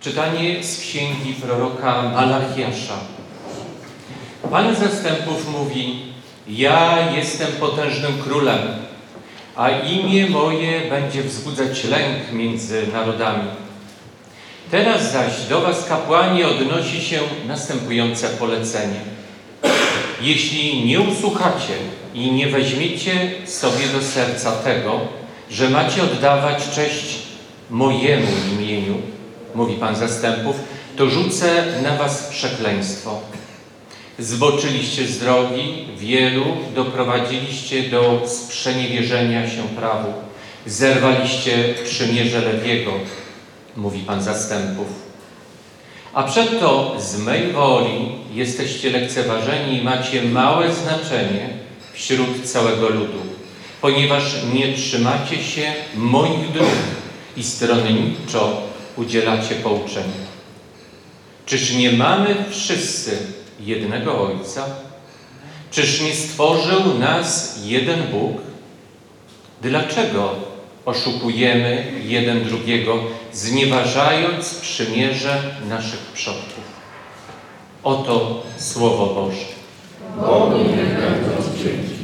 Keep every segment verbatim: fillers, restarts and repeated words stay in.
Czytanie z księgi proroka Malachiasza. Pan zastępów mówi: ja jestem potężnym królem, a imię moje będzie wzbudzać lęk między narodami. Teraz zaś do was, kapłani, odnosi się następujące polecenie. Jeśli nie usłuchacie i nie weźmiecie sobie do serca tego, że macie oddawać cześć mojemu imieniu, mówi Pan zastępów, to rzucę na was przekleństwo. Zboczyliście z drogi, wielu doprowadziliście do sprzeniewierzenia się prawu. Zerwaliście przymierze Lewiego, mówi Pan zastępów. A przeto z mej woli jesteście lekceważeni i macie małe znaczenie wśród całego ludu, ponieważ nie trzymacie się moich dróg i stronniczo udzielacie pouczeń. Czyż nie mamy wszyscy jednego Ojca? Czyż nie stworzył nas jeden Bóg? Dlaczego oszukujemy jeden drugiego, znieważając przymierze naszych przodków? Oto Słowo Boże. Bogu niech będą dzięki.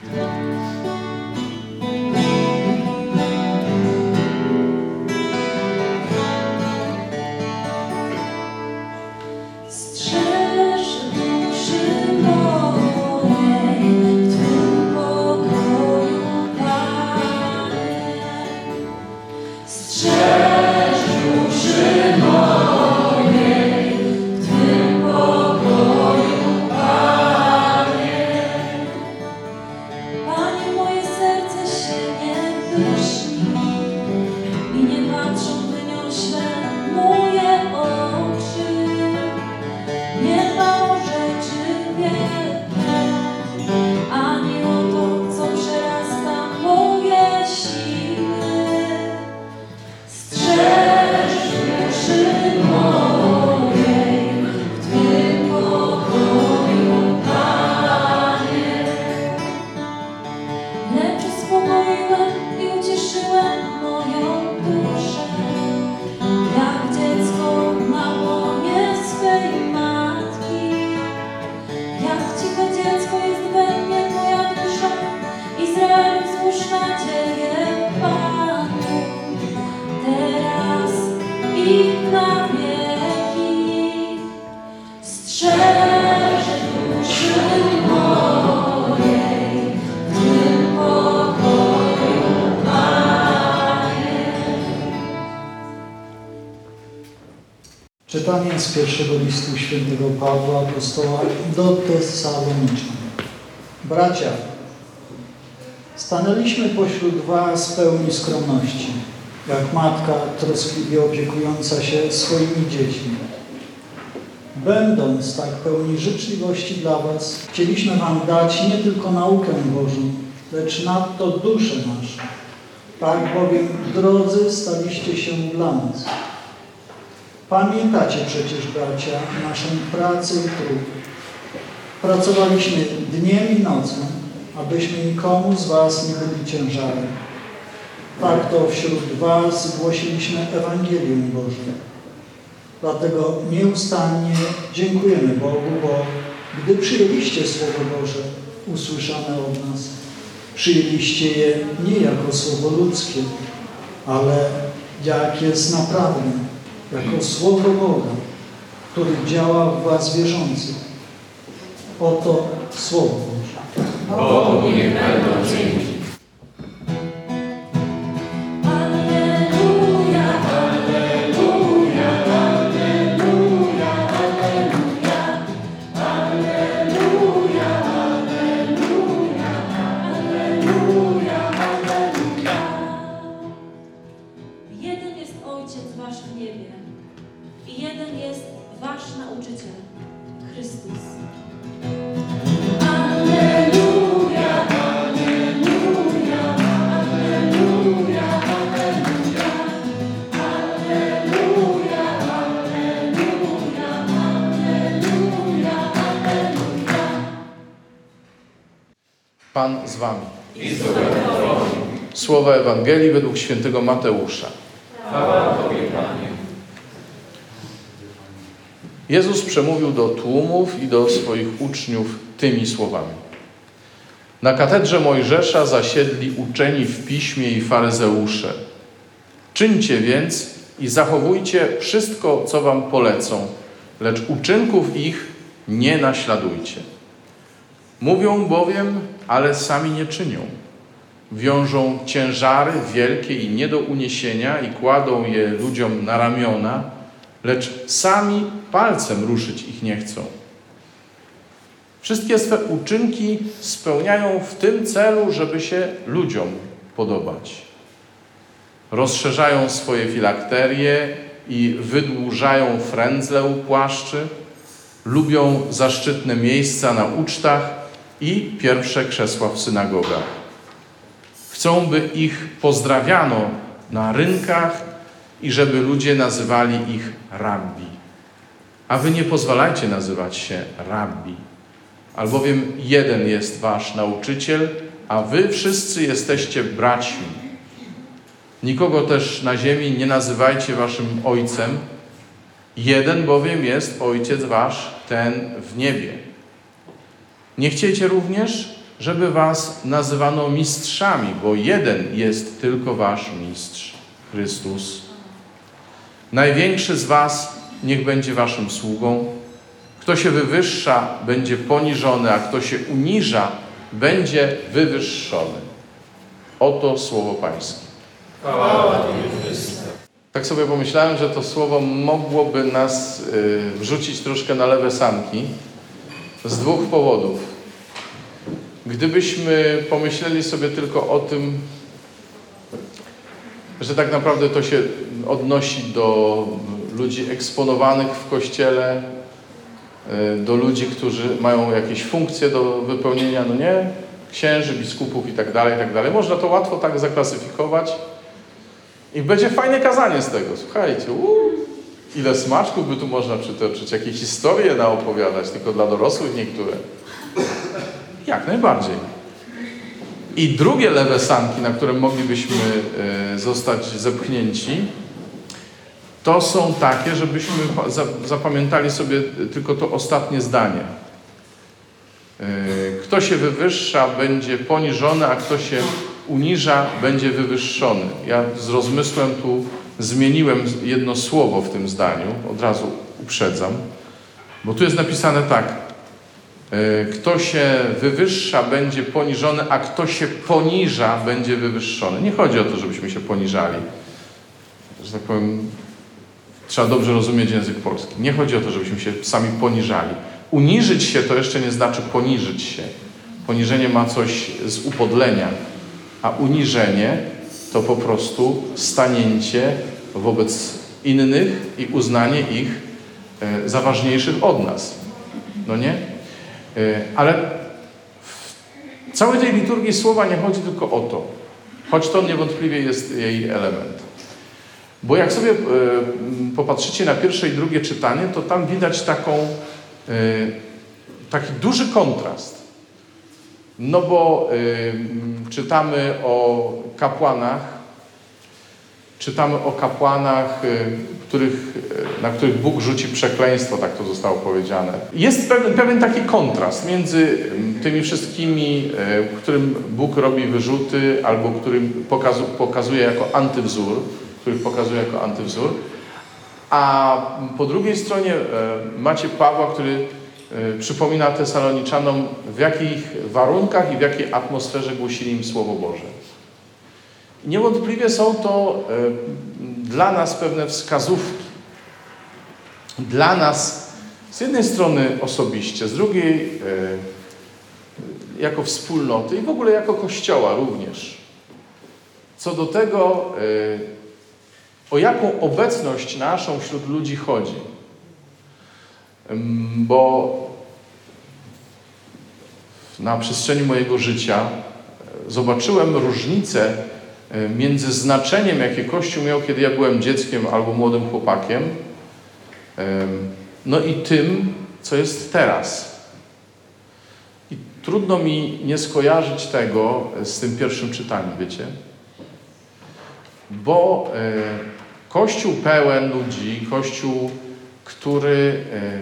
Czytanie z pierwszego listu świętego Pawła apostoła do Tesaloniczan. Bracia, stanęliśmy pośród was pełni skromności, jak matka troskliwie opiekująca się swoimi dziećmi. Będąc tak pełni życzliwości dla was, chcieliśmy wam dać nie tylko naukę Bożą, lecz nadto dusze nasze. Tak bowiem, drodzy, staliście się dla nas. Pamiętacie przecież, bracia, naszą pracę i trud. Pracowaliśmy dniem i nocą, abyśmy nikomu z was nie byli ciężarem. Tak to wśród was głosiliśmy Ewangelię Boże. Dlatego nieustannie dziękujemy Bogu, bo gdy przyjęliście Słowo Boże usłyszane od nas, przyjęliście je nie jako słowo ludzkie, ale jak jest naprawdę, jako Słowo Boga, który działa w was wierzących. Oto Słowo Boże. Bogu niech będą dzięki. Pan z wami. I z duchem Twoim. Słowa Ewangelii według świętego Mateusza. Chwała Tobie, Panie. Jezus przemówił do tłumów i do swoich uczniów tymi słowami. Na katedrze Mojżesza zasiedli uczeni w piśmie i faryzeusze. Czyńcie więc i zachowujcie wszystko, co wam polecą, lecz uczynków ich nie naśladujcie. Mówią bowiem, ale sami nie czynią. Wiążą ciężary wielkie i nie do uniesienia i kładą je ludziom na ramiona, lecz sami palcem ruszyć ich nie chcą. Wszystkie swe uczynki spełniają w tym celu, żeby się ludziom podobać. Rozszerzają swoje filakterie i wydłużają frędzle u płaszczy, lubią zaszczytne miejsca na ucztach i pierwsze krzesła w synagogach. Chcą, by ich pozdrawiano na rynkach i żeby ludzie nazywali ich rabbi. A wy nie pozwalajcie nazywać się rabbi, albowiem jeden jest wasz nauczyciel, a wy wszyscy jesteście braćmi. Nikogo też na ziemi nie nazywajcie waszym ojcem, jeden bowiem jest ojciec wasz, ten w niebie. Nie chciejcie również, żeby was nazywano mistrzami, bo jeden jest tylko wasz mistrz, Chrystus. Największy z was niech będzie waszym sługą. Kto się wywyższa, będzie poniżony, a kto się uniża, będzie wywyższony. Oto słowo Pańskie. Tak sobie pomyślałem, że to słowo mogłoby nas y, wrzucić troszkę na lewe sanki z dwóch powodów. Gdybyśmy pomyśleli sobie tylko o tym, że tak naprawdę to się odnosi do ludzi eksponowanych w Kościele, do ludzi, którzy mają jakieś funkcje do wypełnienia, no nie? Księży, biskupów i tak dalej, i tak dalej. Można to łatwo tak zaklasyfikować i będzie fajne kazanie z tego. Słuchajcie, uu, ile smaczków by tu można przytoczyć, jakie historie naopowiadać, tylko dla dorosłych niektóre. Jak najbardziej. I drugie lewe sanki, na które moglibyśmy y, zostać zepchnięci, to są takie, żebyśmy zapamiętali sobie tylko to ostatnie zdanie. Kto się wywyższa, będzie poniżony, a kto się uniża, będzie wywyższony. Ja z rozmysłem tu zmieniłem jedno słowo w tym zdaniu, od razu uprzedzam, bo tu jest napisane tak. Kto się wywyższa, będzie poniżony, a kto się poniża, będzie wywyższony. Nie chodzi o to, żebyśmy się poniżali. Że tak powiem, trzeba dobrze rozumieć język polski. Nie chodzi o to, żebyśmy się sami poniżali. Uniżyć się to jeszcze nie znaczy poniżyć się. Poniżenie ma coś z upodlenia, a uniżenie to po prostu stanięcie wobec innych i uznanie ich za ważniejszych od nas. No nie? Ale w całej tej liturgii słowa nie chodzi tylko o to. Choć to niewątpliwie jest jej element. Bo jak sobie y, popatrzycie na pierwsze i drugie czytanie, to tam widać taką, y, taki duży kontrast. No bo y, czytamy o kapłanach, czytamy o kapłanach, y, których, y, na których Bóg rzuci przekleństwo, tak to zostało powiedziane. Jest pewien, pewien taki kontrast między tymi wszystkimi, y, którym Bóg robi wyrzuty, albo którym pokazu, pokazuje jako antywzór, których pokazuje jako antywzór, a po drugiej stronie macie Pawła, który przypomina Tesaloniczanom, w jakich warunkach i w jakiej atmosferze głosili im Słowo Boże. I niewątpliwie są to dla nas pewne wskazówki. Dla nas z jednej strony osobiście, z drugiej jako wspólnoty i w ogóle jako Kościoła również. Co do tego, o jaką obecność naszą wśród ludzi chodzi. Bo na przestrzeni mojego życia zobaczyłem różnicę między znaczeniem, jakie Kościół miał, kiedy ja byłem dzieckiem albo młodym chłopakiem, no i tym, co jest teraz. I trudno mi nie skojarzyć tego z tym pierwszym czytaniem, wiecie? Bo Kościół pełen ludzi, Kościół który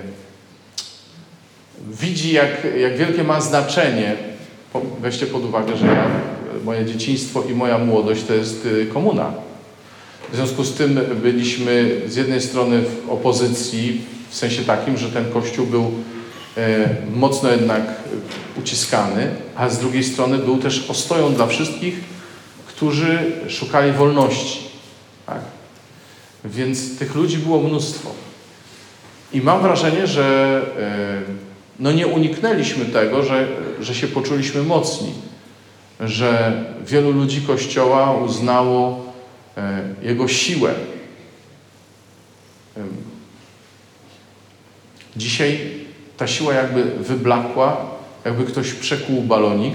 widzi, jak, jak wielkie ma znaczenie. Weźcie pod uwagę, że ja, moje dzieciństwo i moja młodość to jest komuna. W związku z tym byliśmy z jednej strony w opozycji, w sensie takim, że ten Kościół był mocno jednak uciskany, a z drugiej strony był też ostoją dla wszystkich, którzy szukali wolności. Tak? Więc tych ludzi było mnóstwo. I mam wrażenie, że no nie uniknęliśmy tego, że, że się poczuliśmy mocni, że wielu ludzi Kościoła uznało jego siłę. Dzisiaj ta siła jakby wyblakła, jakby ktoś przekuł balonik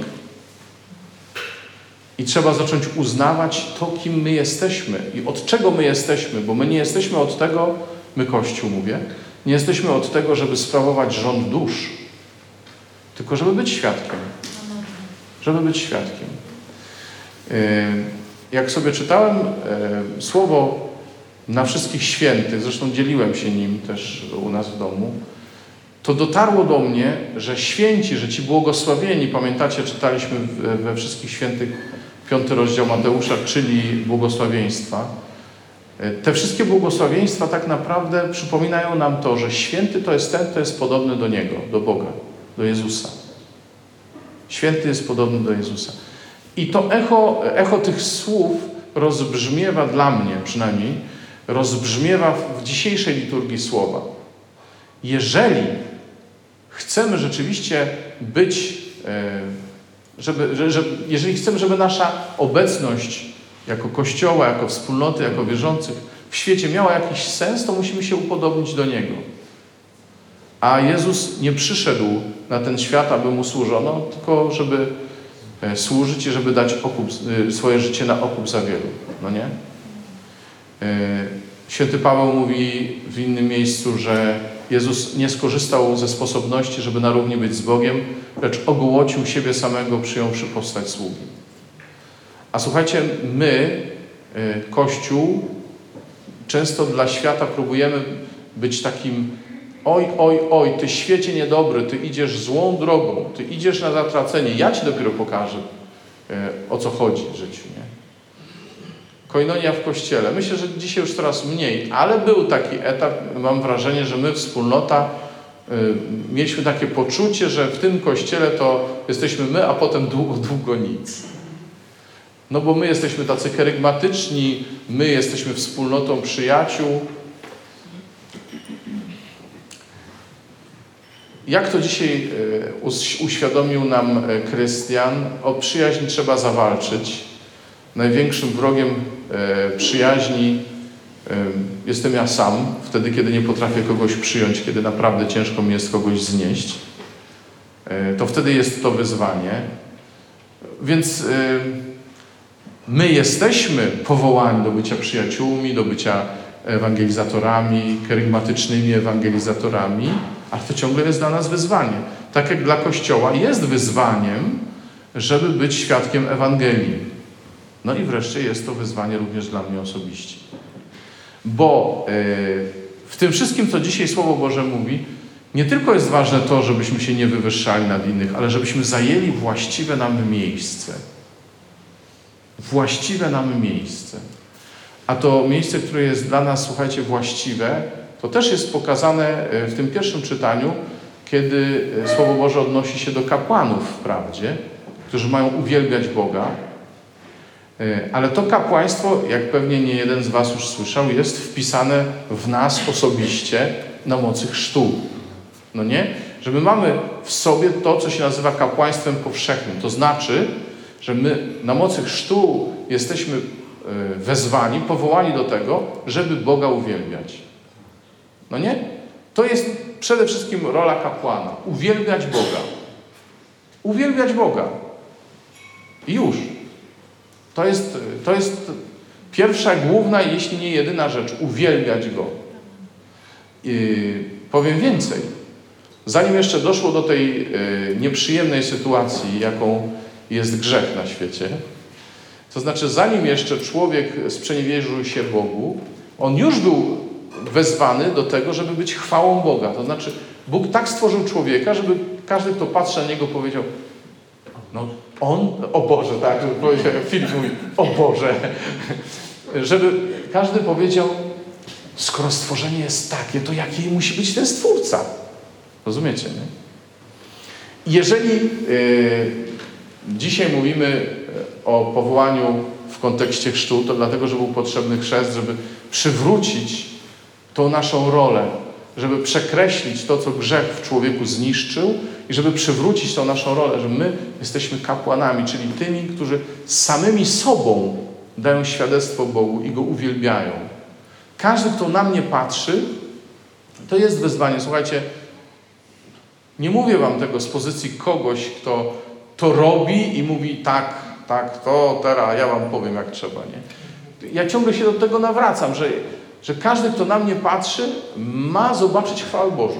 i trzeba zacząć uznawać to, kim my jesteśmy i od czego my jesteśmy, bo my nie jesteśmy od tego, my Kościół mówię, nie jesteśmy od tego, żeby sprawować rząd dusz, tylko żeby być świadkiem. Żeby być świadkiem. Jak sobie czytałem słowo na wszystkich świętych, zresztą dzieliłem się nim też u nas w domu, to dotarło do mnie, że święci, że ci błogosławieni, pamiętacie, czytaliśmy we wszystkich świętych piąty rozdział Mateusza, czyli błogosławieństwa. Te wszystkie błogosławieństwa tak naprawdę przypominają nam to, że święty to jest ten, kto jest podobny do Niego, do Boga, do Jezusa. Święty jest podobny do Jezusa. I to echo, echo tych słów rozbrzmiewa dla mnie przynajmniej, rozbrzmiewa w dzisiejszej liturgii słowa. Jeżeli chcemy rzeczywiście być, żeby, że, że, jeżeli chcemy, żeby nasza obecność jako Kościoła, jako wspólnoty, jako wierzących w świecie miała jakiś sens, to musimy się upodobnić do Niego. A Jezus nie przyszedł na ten świat, aby Mu służono, tylko żeby służyć i żeby dać okup, swoje życie na okup za wielu. No nie? Święty Paweł mówi w innym miejscu, że Jezus nie skorzystał ze sposobności, żeby na równi być z Bogiem, lecz ogołocił siebie samego, przyjąwszy postać sługi. A słuchajcie, my, Kościół, często dla świata próbujemy być takim oj, oj, oj, ty świecie niedobry, ty idziesz złą drogą, ty idziesz na zatracenie, ja ci dopiero pokażę, o co chodzi w życiu, nie? Koinonia w Kościele. Myślę, że dzisiaj już coraz mniej, ale był taki etap, mam wrażenie, że my, wspólnota, y, mieliśmy takie poczucie, że w tym Kościele to jesteśmy my, a potem długo, długo nic. No bo my jesteśmy tacy kerygmatyczni, my jesteśmy wspólnotą przyjaciół. Jak to dzisiaj y, uświadomił nam Krystian, o przyjaźń trzeba zawalczyć. Największym wrogiem e, przyjaźni e, jestem ja sam, wtedy, kiedy nie potrafię kogoś przyjąć, kiedy naprawdę ciężko mi jest kogoś znieść. E, to wtedy jest to wyzwanie. Więc e, my jesteśmy powołani do bycia przyjaciółmi, do bycia ewangelizatorami, kerygmatycznymi ewangelizatorami, ale to ciągle jest dla nas wyzwanie. Tak jak dla Kościoła jest wyzwaniem, żeby być świadkiem Ewangelii. No i wreszcie jest to wyzwanie również dla mnie osobiście. Bo yy, w tym wszystkim, co dzisiaj Słowo Boże mówi, nie tylko jest ważne to, żebyśmy się nie wywyższali nad innych, ale żebyśmy zajęli właściwe nam miejsce. Właściwe nam miejsce. A to miejsce, które jest dla nas, słuchajcie, właściwe, to też jest pokazane w tym pierwszym czytaniu, kiedy Słowo Boże odnosi się do kapłanów wprawdzie, którzy mają uwielbiać Boga. Ale to kapłaństwo, jak pewnie nie jeden z was już słyszał, jest wpisane w nas osobiście na mocy chrztu. No nie? Że my mamy w sobie to, co się nazywa kapłaństwem powszechnym. To znaczy, że my na mocy chrztu jesteśmy wezwani, powołani do tego, żeby Boga uwielbiać. No nie? To jest przede wszystkim rola kapłana. Uwielbiać Boga. Uwielbiać Boga. I już. To jest, to jest pierwsza, główna, jeśli nie jedyna rzecz. Uwielbiać Go. I powiem więcej. Zanim jeszcze doszło do tej y, nieprzyjemnej sytuacji, jaką jest grzech na świecie, to znaczy zanim jeszcze człowiek sprzeniewierzył się Bogu, on już był wezwany do tego, żeby być chwałą Boga. To znaczy, Bóg tak stworzył człowieka, żeby każdy, kto patrzy na niego, powiedział: no on, o Boże, tak, żeby powiedział, Filip mówi, o Boże. Żeby każdy powiedział: skoro stworzenie jest takie, to jaki musi być ten Stwórca? Rozumiecie, nie? Jeżeli yy, dzisiaj mówimy o powołaniu w kontekście chrztu, to dlatego, że był potrzebny chrzest, żeby przywrócić tą naszą rolę, żeby przekreślić to, co grzech w człowieku zniszczył i żeby przywrócić tą naszą rolę, że my jesteśmy kapłanami, czyli tymi, którzy samymi sobą dają świadectwo Bogu i Go uwielbiają. Każdy, kto na mnie patrzy, to jest wezwanie. Słuchajcie, nie mówię wam tego z pozycji kogoś, kto to robi i mówi: tak, tak, to teraz ja wam powiem, jak trzeba, nie? Ja ciągle się do tego nawracam, że, że każdy, kto na mnie patrzy, ma zobaczyć chwałę Bożą.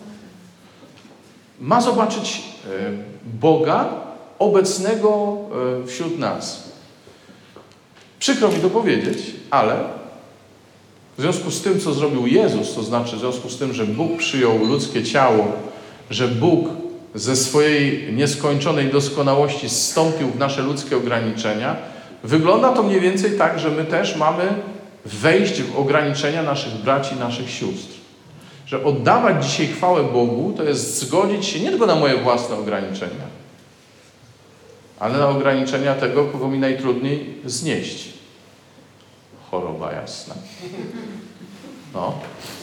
Ma zobaczyć Boga obecnego wśród nas. Przykro mi to powiedzieć, ale w związku z tym, co zrobił Jezus, to znaczy w związku z tym, że Bóg przyjął ludzkie ciało, że Bóg ze swojej nieskończonej doskonałości zstąpił w nasze ludzkie ograniczenia, wygląda to mniej więcej tak, że my też mamy wejść w ograniczenia naszych braci, naszych sióstr. Że oddawać dzisiaj chwałę Bogu, to jest zgodzić się nie tylko na moje własne ograniczenia, ale na ograniczenia tego, kogo mi najtrudniej znieść. Choroba jasna. No.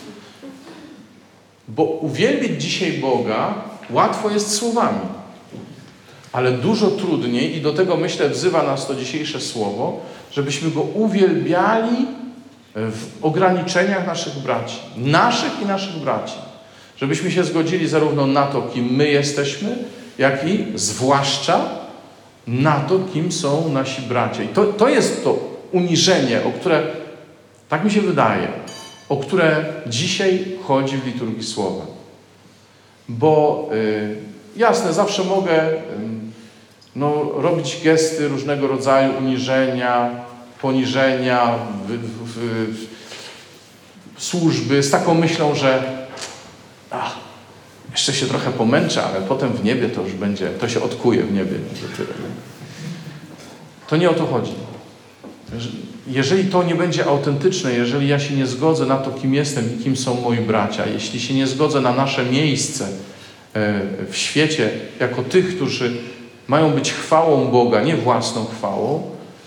Bo uwielbić dzisiaj Boga łatwo jest słowami, ale dużo trudniej, i do tego, myślę, wzywa nas to dzisiejsze słowo, żebyśmy Go uwielbiali w ograniczeniach naszych braci, naszych i naszych braci. Żebyśmy się zgodzili zarówno na to, kim my jesteśmy, jak i zwłaszcza na to, kim są nasi bracia. I to, to jest to uniżenie, o które, tak mi się wydaje, o które dzisiaj chodzi w liturgii Słowa. Bo y, jasne, zawsze mogę y, no, robić gesty różnego rodzaju uniżenia, poniżenia, w, w, w, służby z taką myślą, że ach, jeszcze się trochę pomęczę, ale potem w niebie to już będzie, to się odkuje w niebie. To nie o to chodzi. Jeżeli to nie będzie autentyczne, jeżeli ja się nie zgodzę na to, kim jestem i kim są moi bracia, jeśli się nie zgodzę na nasze miejsce w świecie jako tych, którzy mają być chwałą Boga, nie własną chwałą,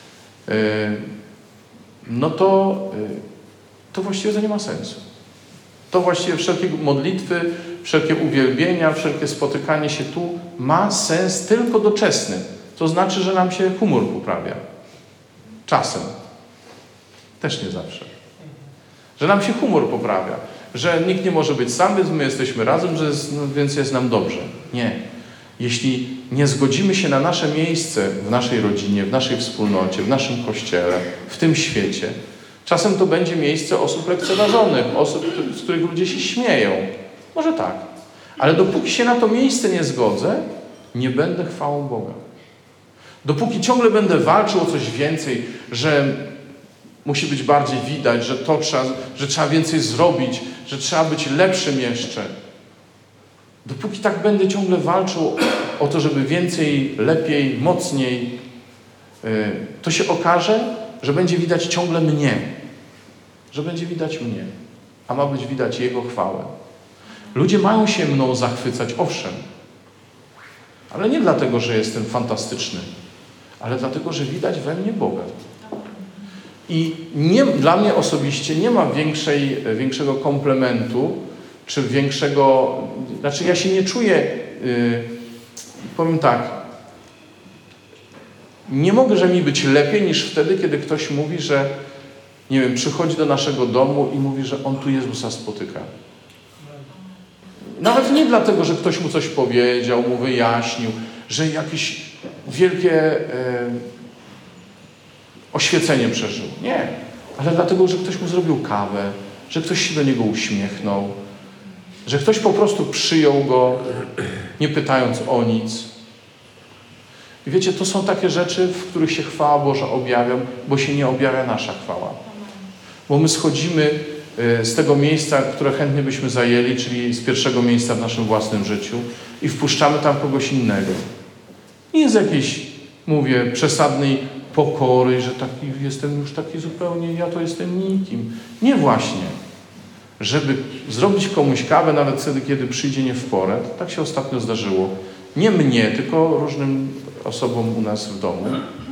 no to, to właściwie to nie ma sensu. To właściwie wszelkie modlitwy, wszelkie uwielbienia, wszelkie spotykanie się tu ma sens tylko doczesny. To znaczy, że nam się humor poprawia. Czasem. Też nie zawsze. Że nam się humor poprawia. Że nikt nie może być sam, więc my jesteśmy razem, że jest, no, więc jest nam dobrze. Nie. Jeśli nie zgodzimy się na nasze miejsce w naszej rodzinie, w naszej wspólnocie, w naszym kościele, w tym świecie, czasem to będzie miejsce osób lekceważonych, osób, z których ludzie się śmieją. Może tak. Ale dopóki się na to miejsce nie zgodzę, nie będę chwałą Boga. Dopóki ciągle będę walczył o coś więcej, że musi być bardziej widać, że to trzeba, że trzeba więcej zrobić, że trzeba być lepszym jeszcze. Dopóki tak będę ciągle walczył o to, żeby więcej, lepiej, mocniej, to się okaże, że będzie widać ciągle mnie. Że będzie widać mnie. A ma być widać Jego chwałę. Ludzie mają się mną zachwycać, owszem. Ale nie dlatego, że jestem fantastyczny, ale dlatego, że widać we mnie Boga. I nie, dla mnie osobiście nie ma większej, większego komplementu, czy większego... Znaczy ja się nie czuję... Yy, powiem tak. Nie mogę, że mi być lepiej niż wtedy, kiedy ktoś mówi, że nie wiem, przychodzi do naszego domu i mówi, że on tu Jezusa spotyka. Nawet nie dlatego, że ktoś mu coś powiedział, mu wyjaśnił, że jakieś wielkie e, oświecenie przeżył. Nie. Ale dlatego, że ktoś mu zrobił kawę, że ktoś się do niego uśmiechnął, że ktoś po prostu przyjął go, nie pytając o nic. I wiecie, to są takie rzeczy, w których się chwała Boża objawia, bo się nie objawia nasza chwała. Bo my schodzimy z tego miejsca, które chętnie byśmy zajęli, czyli z pierwszego miejsca w naszym własnym życiu i wpuszczamy tam kogoś innego. Nie z jakiejś, mówię, przesadnej pokory, że taki jestem już taki zupełnie, ja to jestem nikim. Nie właśnie. Żeby zrobić komuś kawę, nawet wtedy, kiedy przyjdzie nie w porę, tak się ostatnio zdarzyło. Nie mnie, tylko różnym osobom u nas w domu.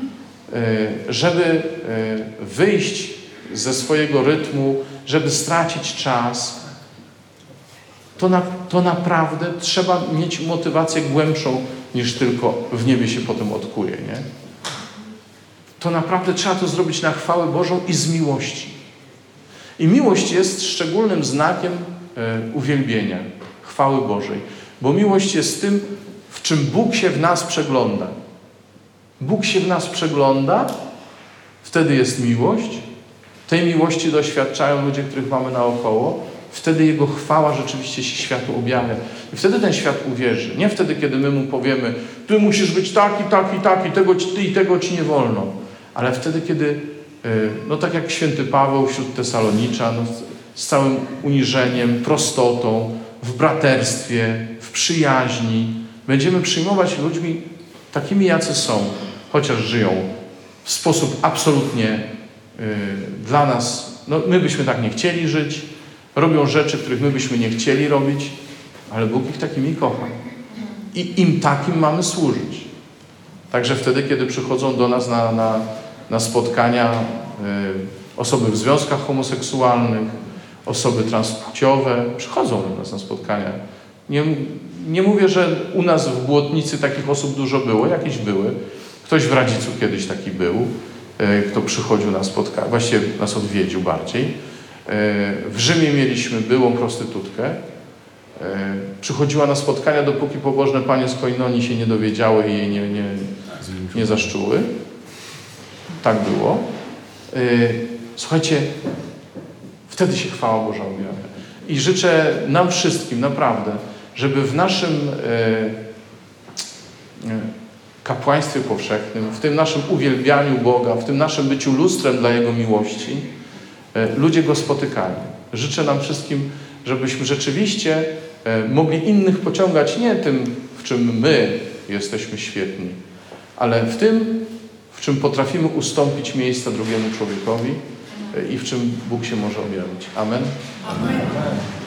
Żeby wyjść ze swojego rytmu, żeby stracić czas, to, na, to naprawdę trzeba mieć motywację głębszą niż tylko w niebie się potem odkuje, nie? To naprawdę trzeba to zrobić na chwałę Bożą i z miłości. I miłość jest szczególnym znakiem e, uwielbienia, chwały Bożej. Bo miłość jest tym, w czym Bóg się w nas przegląda. Bóg się w nas przegląda, wtedy jest miłość. Tej miłości doświadczają ludzie, których mamy naokoło. Wtedy Jego chwała rzeczywiście się światu objawia. I wtedy ten świat uwierzy. Nie wtedy, kiedy my Mu powiemy, Ty musisz być taki, taki, taki, tego, ty i tego Ci nie wolno. Ale wtedy, kiedy, no tak jak święty Paweł wśród Tesaloniczan, no, z całym uniżeniem, prostotą, w braterstwie, w przyjaźni, będziemy przyjmować ludźmi takimi, jacy są, chociaż żyją w sposób absolutnie y, dla nas, no my byśmy tak nie chcieli żyć, robią rzeczy, których my byśmy nie chcieli robić, ale Bóg ich takimi kocha. I im takim mamy służyć. Także wtedy, kiedy przychodzą do nas na, na, na spotkania y, osoby w związkach homoseksualnych, osoby transpłciowe, przychodzą do nas na spotkania. Nie, nie mówię, że u nas w Błotnicy takich osób dużo było, jakieś były. Ktoś w Radzicu kiedyś taki był, y, kto przychodził na spotkania, właściwie nas odwiedził bardziej. Y, w Rzymie mieliśmy byłą prostytutkę. Przychodziła na spotkania, dopóki pobożne panie z Koinonii się nie dowiedziały i jej nie, nie, nie zaszczuły. Tak było. Słuchajcie, wtedy się chwała Boża objawia. I życzę nam wszystkim, naprawdę, żeby w naszym kapłaństwie powszechnym, w tym naszym uwielbianiu Boga, w tym naszym byciu lustrem dla Jego miłości, ludzie Go spotykali. Życzę nam wszystkim, żebyśmy rzeczywiście mogli innych pociągać nie tym, w czym my jesteśmy świetni, ale w tym, w czym potrafimy ustąpić miejsca drugiemu człowiekowi i w czym Bóg się może objawić. Amen. Amen.